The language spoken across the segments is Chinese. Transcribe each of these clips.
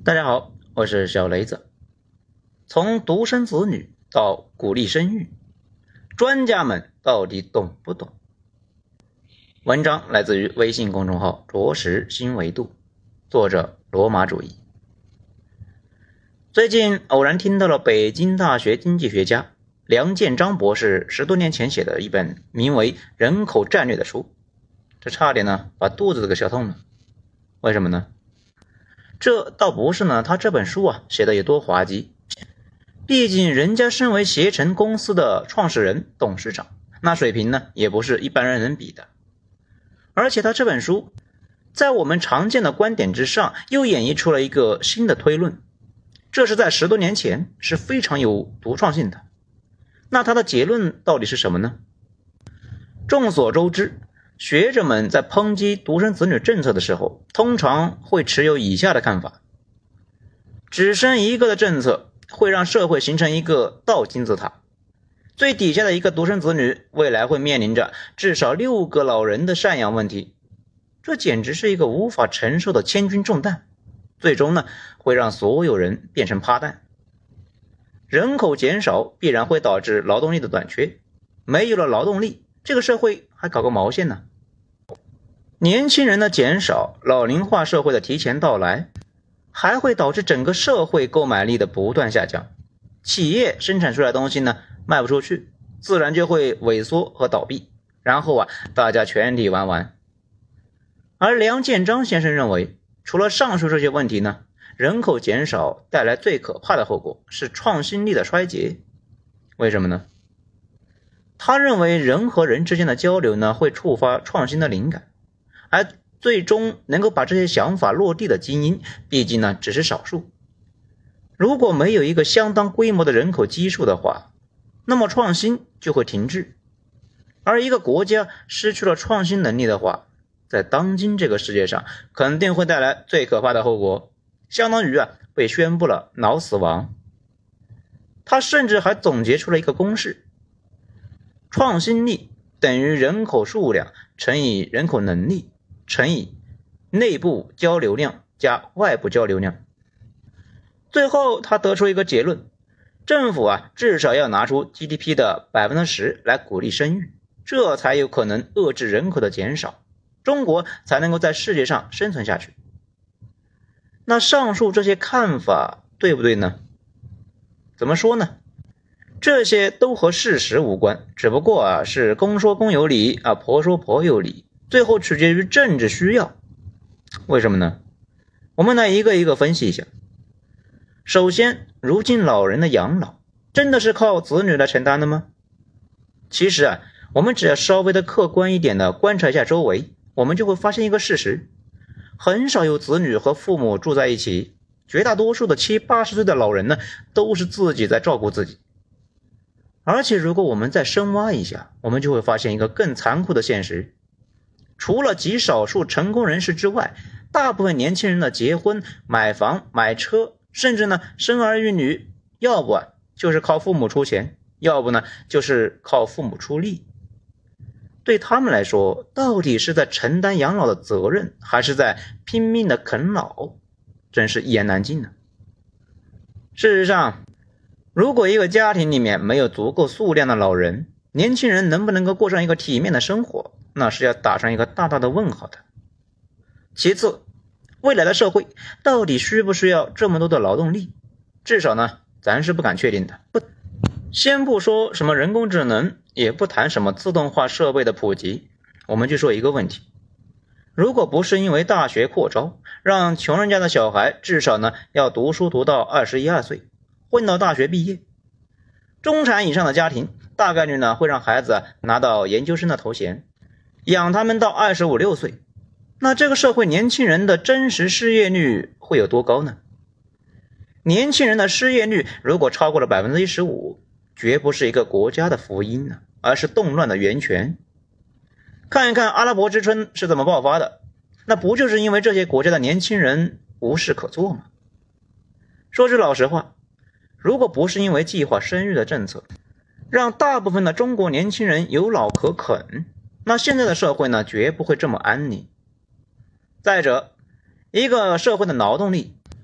大家好，我是小雷子。从独生子女到鼓励生育，专家们到底懂不懂？文章来自于微信公众号着实新维度，作者罗马主义。最近偶然听到了北京大学经济学家梁建章博士10多年前写的一本名为《人口战略》的书，这差点把肚子都给笑痛了。为什么呢？这倒不是他这本书写的有多滑稽，毕竟人家身为携程公司的创始人董事长，那水平也不是一般人能比的。而且他这本书在我们常见的观点之上又演绎出了一个新的推论，这是在10多年前是非常有独创性的。那他的结论到底是什么呢？众所周知，学者们在抨击独生子女政策的时候，通常会持有以下的看法：只生一个的政策会让社会形成一个倒金字塔，最底下的一个独生子女未来会面临着至少6个老人的赡养问题，这简直是一个无法承受的千钧重担，最终会让所有人变成趴蛋。人口减少必然会导致劳动力的短缺，没有了劳动力，这个社会还搞个毛线呢？年轻人的减少，老龄化社会的提前到来，还会导致整个社会购买力的不断下降，企业生产出来的东西卖不出去，自然就会萎缩和倒闭，然后大家全体玩完。而梁建章先生认为，除了上述这些问题人口减少带来最可怕的后果是创新力的衰竭。为什么呢？他认为人和人之间的交流会触发创新的灵感，而最终能够把这些想法落地的精英毕竟只是少数。如果没有一个相当规模的人口基数的话，那么创新就会停滞。而一个国家失去了创新能力的话，在当今这个世界上肯定会带来最可怕的后果，相当于被宣布了脑死亡。他甚至还总结出了一个公式：创新力等于人口数量乘以人口能力乘以内部交流量加外部交流量。最后他得出一个结论：政府至少要拿出 GDP 的 10% 来鼓励生育，这才有可能遏制人口的减少，中国才能够在世界上生存下去。那上述这些看法对不对呢？怎么说呢？这些都和事实无关，只不过是公说公有理婆说婆有理，最后取决于政治需要。为什么呢？我们来一个一个分析一下。首先，如今老人的养老真的是靠子女来承担的吗？其实我们只要稍微的客观一点的观察一下周围，我们就会发现一个事实：很少有子女和父母住在一起，绝大多数的70、80岁的老人都是自己在照顾自己。而且如果我们再深挖一下，我们就会发现一个更残酷的现实：除了极少数成功人士之外，大部分年轻人的结婚、买房、买车，甚至生儿育女，要不就是靠父母出钱，要不就是靠父母出力。对他们来说，到底是在承担养老的责任，还是在拼命的啃老，真是一言难尽。事实上，如果一个家庭里面没有足够数量的老人，年轻人能不能够过上一个体面的生活，那是要打上一个大大的问号的。其次，未来的社会到底需不需要这么多的劳动力？至少咱是不敢确定的。先不说什么人工智能，也不谈什么自动化设备的普及，我们就说一个问题：如果不是因为大学扩招，让穷人家的小孩至少要读书读到21、22岁，混到大学毕业，中产以上的家庭大概率会让孩子拿到研究生的头衔，养他们到25、26岁。那这个社会年轻人的真实失业率会有多高呢？年轻人的失业率如果超过了 15%， 绝不是一个国家的福音而是动乱的源泉。看一看阿拉伯之春是怎么爆发的，那不就是因为这些国家的年轻人无事可做吗？说句老实话，如果不是因为计划生育的政策让大部分的中国年轻人有老可啃，那现在的社会绝不会这么安宁。再者，一个社会的劳动力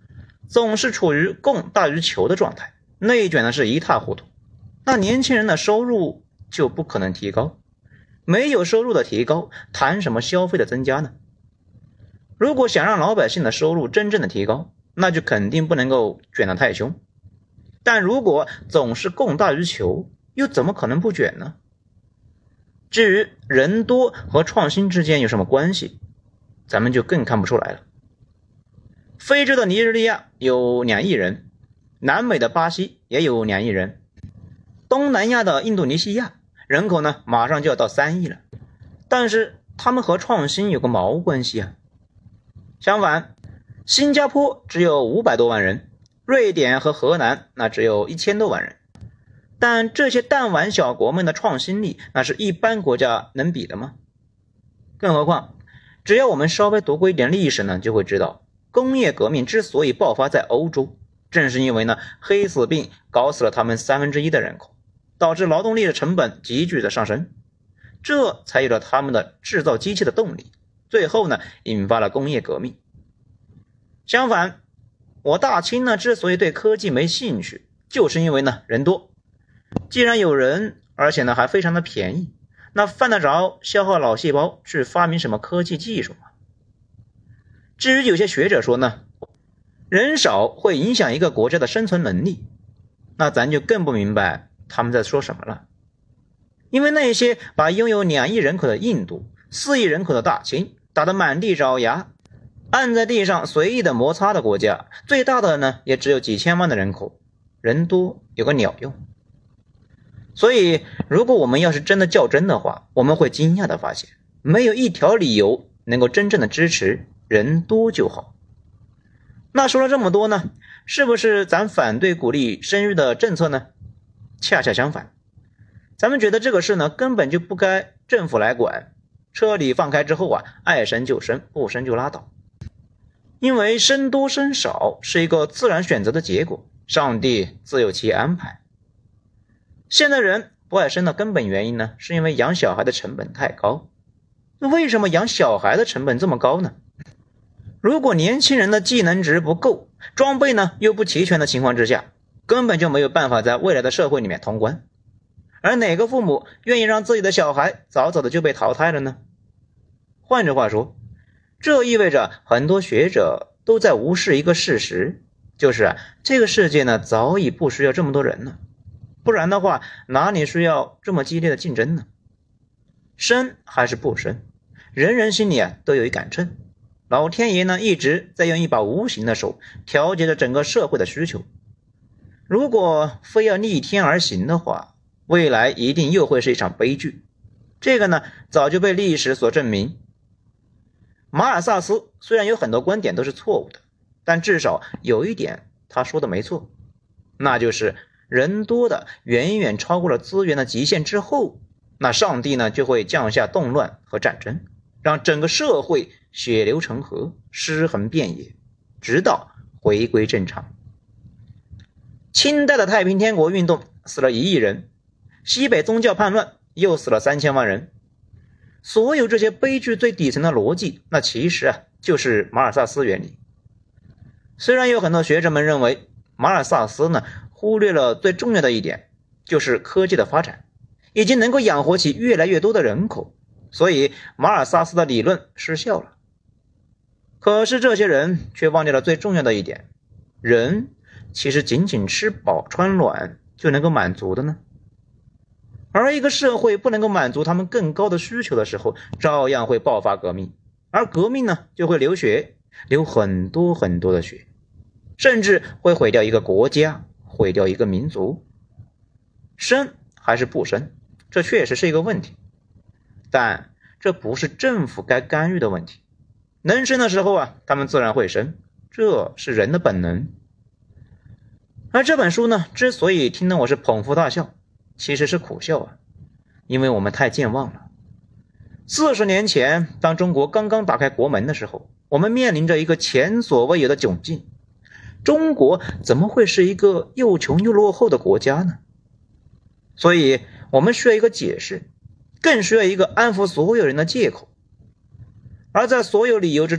总是处于供大于求的状态，内卷的是一塌糊涂，那年轻人的收入就不可能提高，没有收入的提高，谈什么消费的增加呢？如果想让老百姓的收入真正的提高，那就肯定不能够卷得太凶，但如果总是供大于求，又怎么可能不卷呢？至于人多和创新之间有什么关系，咱们就更看不出来了。非洲的尼日利亚有2亿人，南美的巴西也有2亿人，东南亚的印度尼西亚人口呢马上就要到3亿了，但是他们和创新有个毛关系啊。相反，新加坡只有500多万人，瑞典和荷兰那只有1000多万人，但这些弹丸小国们的创新力那是一般国家能比的吗？更何况只要我们稍微读过一点历史呢，就会知道工业革命之所以爆发在欧洲，正是因为呢黑死病搞死了他们1/3的人口，导致劳动力的成本急剧的上升，这才有了他们的制造机器的动力，最后呢引发了工业革命。相反，我大清呢之所以对科技没兴趣，就是因为呢人多，既然有人，而且呢还非常的便宜，那犯得着消耗脑细胞去发明什么科技技术吗？至于有些学者说呢，人少会影响一个国家的生存能力，那咱就更不明白他们在说什么了。因为那些把拥有2亿人口的印度、4亿人口的大清打得满地找牙，按在地上随意的摩擦的国家，最大的呢也只有几千万的人口，人多有个鸟用。所以如果我们要是真的较真的话，我们会惊讶的发现，没有一条理由能够真正的支持人多就好。那说了这么多呢，是不是咱反对鼓励生育的政策呢？恰恰相反，咱们觉得这个事呢根本就不该政府来管，车里放开之后啊，爱生就生，不生就拉倒。因为生多生少是一个自然选择的结果，上帝自有其安排。现在人不爱生的根本原因呢，是因为养小孩的成本太高。为什么养小孩的成本这么高呢？如果年轻人的技能值不够，装备呢又不齐全的情况之下，根本就没有办法在未来的社会里面通关。而哪个父母愿意让自己的小孩早早的就被淘汰了呢？换句话说，这意味着很多学者都在无视一个事实，就是这个世界呢早已不需要这么多人了，不然的话哪里需要这么激烈的竞争呢？生还是不生，人人心里都有一杆秤，老天爷呢一直在用一把无形的手调节着整个社会的需求。如果非要逆天而行的话，未来一定又会是一场悲剧，这个呢早就被历史所证明。马尔萨斯虽然有很多观点都是错误的，但至少有一点他说的没错，那就是人多的远远超过了资源的极限之后，那上帝呢就会降下动乱和战争，让整个社会血流成河，尸横遍野，直到回归正常。清代的太平天国运动死了1亿人，西北宗教叛乱又死了3000万人。所有这些悲剧最底层的逻辑，那其实就是马尔萨斯原理。虽然有很多学者们认为马尔萨斯呢忽略了最重要的一点，就是科技的发展已经能够养活起越来越多的人口，所以马尔萨斯的理论失效了。可是这些人却忘掉了最重要的一点，人其实仅仅吃饱穿暖就能够满足的呢。而一个社会不能够满足他们更高的需求的时候，照样会爆发革命，而革命呢就会流血，流很多很多的血，甚至会毁掉一个国家，毁掉一个民族。生还是不生，这确实是一个问题，但这不是政府该干预的问题。能生的时候他们自然会生，这是人的本能。而这本书呢之所以听得我是捧腹大笑，其实是苦笑因为我们太健忘了。40年前，当中国刚刚打开国门的时候，我们面临着一个前所未有的窘境。中国怎么会是一个又穷又落后的国家呢？所以我们需要一个解释，更需要一个安抚所有人的借口。而在所有理由之中，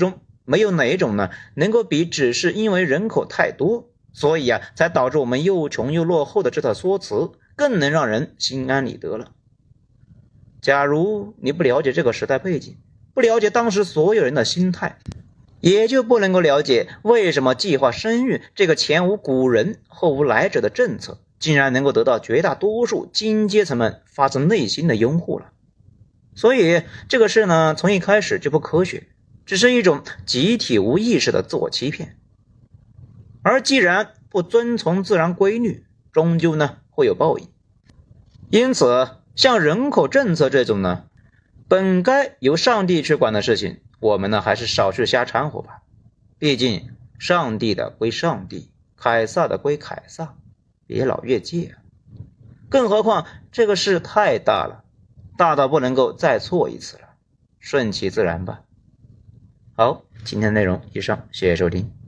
没有哪种呢能够比只是因为人口太多，所以才导致我们又穷又落后的这套说辞更能让人心安理得了。假如你不了解这个时代背景，不了解当时所有人的心态，也就不能够了解为什么计划生育这个前无古人后无来者的政策竟然能够得到绝大多数精英阶层们发自内心的拥护了。所以这个事呢，从一开始就不科学，只是一种集体无意识的自我欺骗。而既然不遵从自然规律，终究呢会有报应。因此像人口政策这种呢，本该由上帝去管的事情，我们呢还是少去瞎掺和吧。毕竟上帝的归上帝，凯撒的归凯撒，别老越界。更何况这个事太大了，大到不能够再错一次了，顺其自然吧。好，今天的内容以上，谢谢收听。